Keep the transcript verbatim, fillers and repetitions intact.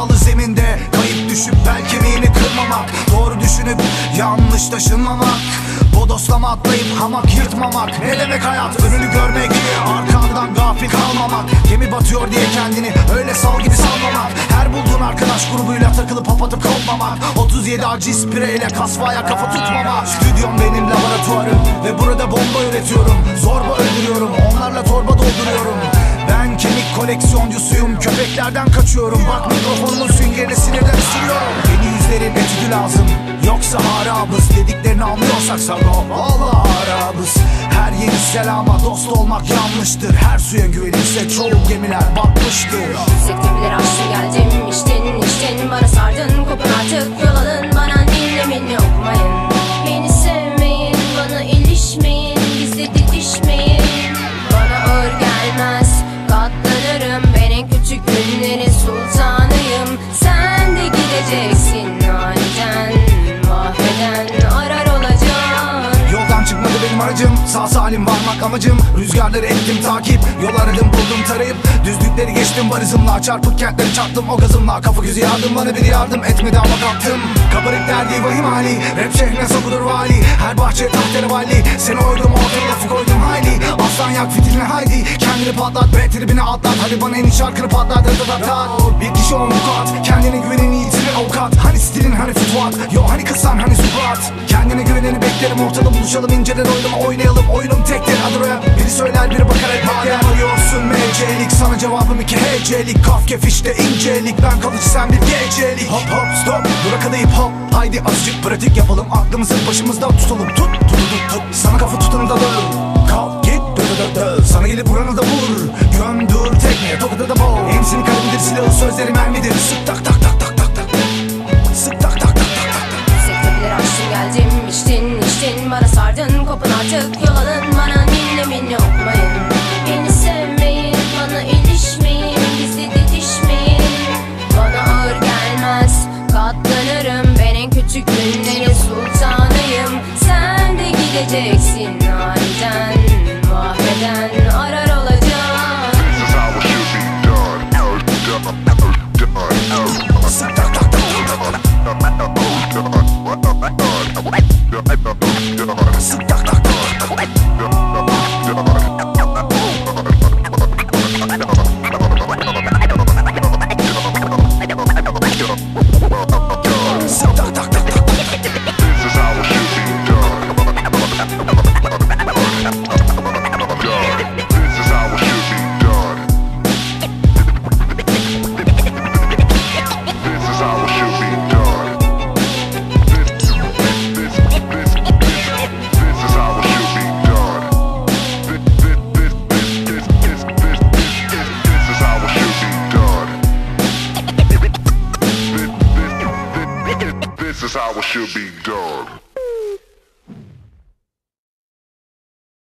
yağlı zeminde kayıp düşüp bel kemiğini kırmamak, doğru düşünüp yanlış taşınmamak, bodoslama atlayıp hamak yırtmamak. Ne demek hayat? Önünü görmek, arkandan gafil kalmamak. Gemi batıyor diye kendini öyle sal gibi salmamak. Her bulduğun arkadaş grubuyla takılıp hap atıp kopmamak. Otuz yedi acı spreyle kasvaya kafa tutmamak. Stüdyom benim laboratuvarım ve burada bomba üretiyorum. Zorba öldürüyorum, onlarla torba dolduruyorum. Ben kemik koleksiyoncusuyum, köpeklerden kaçıyorum. Bak mikrofonumun süngerini sinirden ısırıyorum. Yeni yüzlerin etüdü lazım, yoksa harabız. Dediklerini anlıyorsak sago, vallahi harabız. Her yeni selama dost olmak yanlıştır. Her suya güvenirse çoğu gemiler batmıştır. Yüksek tepeler aştın geldim, içtin içtin bana sardın. Kopun artık yol alın, bana dinlemin okumayın. Beni sevmeyin, bana ilişmeyin, gizli didişmeyin. Bana ağır gelmez, katlanırım. Ben en küçük günlerin sultanıyım. Sen de gideceksin aniden, mahveden arar olacaksın. Yoldan çıkmadı benim aracım, sağ salim varmak amacım. Rüzgarları ettim takip, yol aradım buldum tarayıp. Düzlükleri geçtim varızımla, çarpık kentleri çaktım o gazımla. Kafa gözü yardım, bana biri yardım etmedi ama kalktım. Kabarık derdi vahim hali, rap şehrine sokulur vali. Her bahçe tahtları vali, seni oydum ortaya lafı koydum hayli. Aslan yak fitilini haydi, kendini patlat be tribine atlat. Hadi bana en iyi şarkını patlat tat tat tat. Bir kişi on bu kat, kendine güveneni yitirir avukat. Hani stilin hani futvat, yo hani kısan hani supat. Kendine güveneni beklerim, ortada buluşalım inceden oynama oynayalım. Oyunum tektir adı rap, biri söyler biri bakar hep madem. Arıyorsun M C'lik, sana cevabım iki H C'lik. Kafke fişte incelik, ben kalıcı sen bir gecelik. Hop hop stop, bırakadayıp hop. Haydi azıcık pratik yapalım, aklımızı başımızda tutalım. Tut tut tut tut, sana kafa tutanı da dön. Kalk git dö dö dö, sana gelip buranı da vur. Gömdür tekneye dokuda da bol. Emsinin kalemidir, silahı sözleri mermidir. Sık tak tak tak tak tak tak. Sık tak tak tak tak tak. Yüksek tepeler aştın geldim, içtin içtin bana sardın. Kopun artık yol alın, bana dinlemin okumayın. Beni sevmeyin, bana ilişmeyin, gizli didişmeyin. Bana ağır gelmez, katlanırım. Ben en küçük günlerin sultanıyım. Sen de gideceksin aniden, mahveden arar olacaksın. This is how it should be done. Sık tak tak tak tak tak. Sık tak tak tak tak. Sık tak tak tak tak. This is how it should be done. This is how it should be done. This is how it should be done. This, this, this, this, this is how it should be done. This, this, this, this, this, this, this, this is how it should be done. This, this, this, this is how it should be done.